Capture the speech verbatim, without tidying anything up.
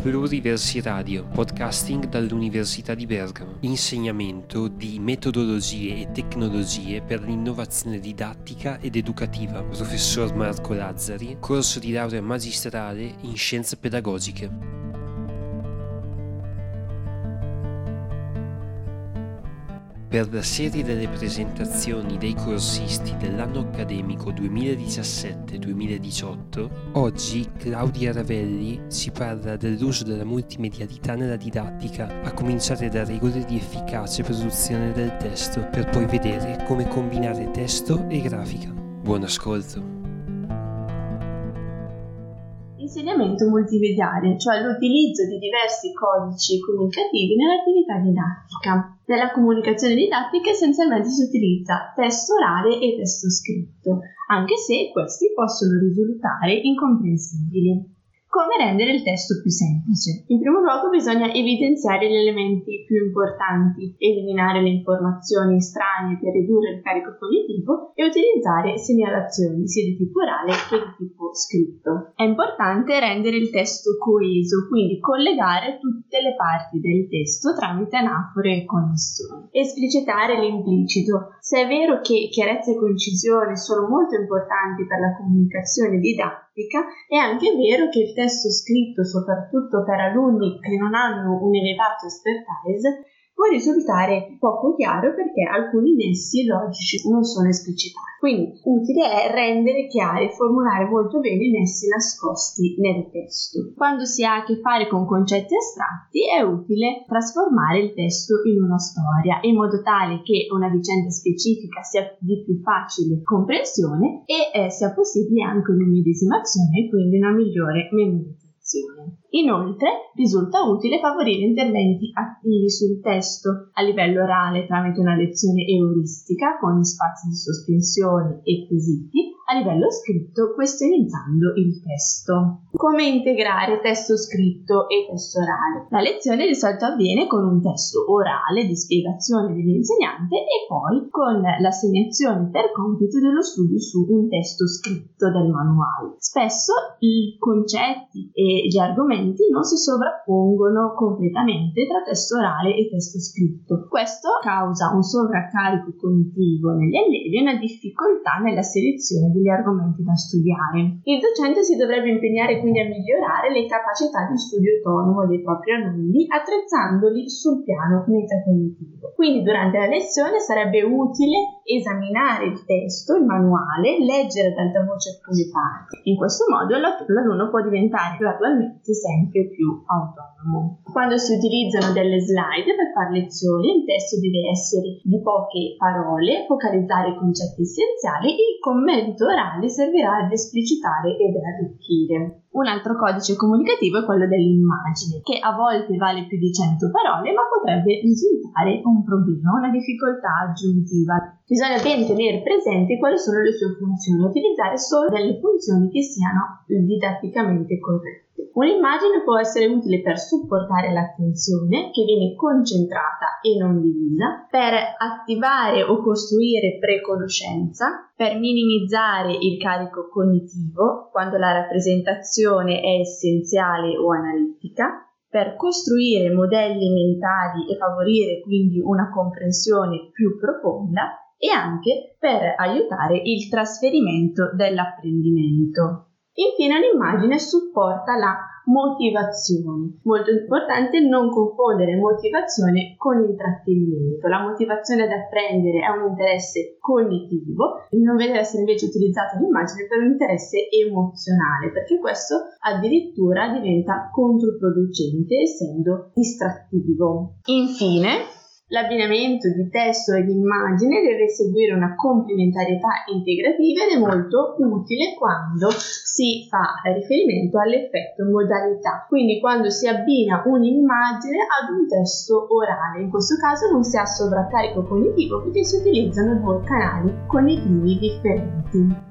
Pluriversi Radio, podcasting dall'Università di Bergamo. Insegnamento di metodologie e tecnologie per l'innovazione didattica ed educativa. Professor Marco Lazzari, corso di laurea magistrale in scienze pedagogiche. Per la serie delle presentazioni dei corsisti dell'anno accademico duemiladiciassette duemiladiciotto, oggi Claudia Ravelli ci parla dell'uso della multimedialità nella didattica, a cominciare da regole di efficace produzione del testo, per poi vedere come combinare testo e grafica. Buon ascolto! Insegnamento multimediale, cioè l'utilizzo di diversi codici comunicativi nell'attività didattica. Nella comunicazione didattica essenzialmente si utilizza testo orale e testo scritto, anche se questi possono risultare incomprensibili. Come rendere il testo più semplice? In primo luogo bisogna evidenziare gli elementi più importanti, eliminare le informazioni estranee per ridurre il carico cognitivo e utilizzare segnalazioni sia di tipo orale che di tipo scritto. È importante rendere il testo coeso, quindi collegare tutte le parti del testo tramite anafore e connessioni. Esplicitare l'implicito. Se è vero che chiarezza e concisione sono molto importanti per la comunicazione didattica, è anche vero che il testo scritto, soprattutto per alunni che non hanno un elevato expertise, può risultare poco chiaro perché alcuni nessi logici non sono esplicitati. Quindi utile è rendere chiari e formulare molto bene i nessi nascosti nel testo. Quando si ha a che fare con concetti astratti è utile trasformare il testo in una storia in modo tale che una vicenda specifica sia di più facile comprensione e eh, sia possibile anche un'immedesimazione e quindi una migliore memorizzazione. Inoltre risulta utile favorire interventi attivi sul testo a livello orale tramite una lezione euristica con spazi di sospensione e quesiti, a livello scritto questionizzando il testo. Come integrare testo scritto e testo orale? La lezione di solito avviene con un testo orale di spiegazione dell'insegnante e poi con l'assegnazione per compito dello studio su un testo scritto del manuale. Spesso i concetti e gli argomenti non si sovrappongono completamente tra testo orale e testo scritto. Questo causa un sovraccarico cognitivo negli allievi e una difficoltà nella selezione degli argomenti da studiare. Il docente si dovrebbe impegnare quindi a migliorare le capacità di studio autonomo dei propri alunni, attrezzandoli sul piano metacognitivo. Quindi durante la lezione sarebbe utile esaminare il testo, il manuale, leggere ad alta voce alcune parti. In questo modo l'alunno può diventare gradualmente sempre più autonomo. Quando si utilizzano delle slide per fare lezioni, il testo deve essere di poche parole, focalizzare i concetti essenziali e il commento orale servirà ad esplicitare ed arricchire. Un altro codice comunicativo è quello dell'immagine, che a volte vale più di cento parole, ma potrebbe risultare un problema, una difficoltà aggiuntiva. Bisogna ben tenere presente quali sono le sue funzioni, utilizzare solo delle funzioni che siano didatticamente corrette. Un'immagine può essere utile per supportare l'attenzione, che viene concentrata e non divisa, per attivare o costruire preconoscenza, per minimizzare il carico cognitivo, quando la rappresentazione è essenziale o analitica, per costruire modelli mentali e favorire quindi una comprensione più profonda e anche per aiutare il trasferimento dell'apprendimento. Infine l'immagine supporta la motivazione. Molto importante non confondere motivazione con intrattenimento. La motivazione ad apprendere è un interesse cognitivo, non deve essere invece utilizzato l'immagine per un interesse emozionale, perché questo addirittura diventa controproducente essendo distrattivo. Infine, l'abbinamento di testo ed immagine deve seguire una complementarietà integrativa ed è molto utile quando si fa riferimento all'effetto modalità, quindi quando si abbina un'immagine ad un testo orale. In questo caso non si ha sovraccarico cognitivo perché si utilizzano due canali cognitivi differenti.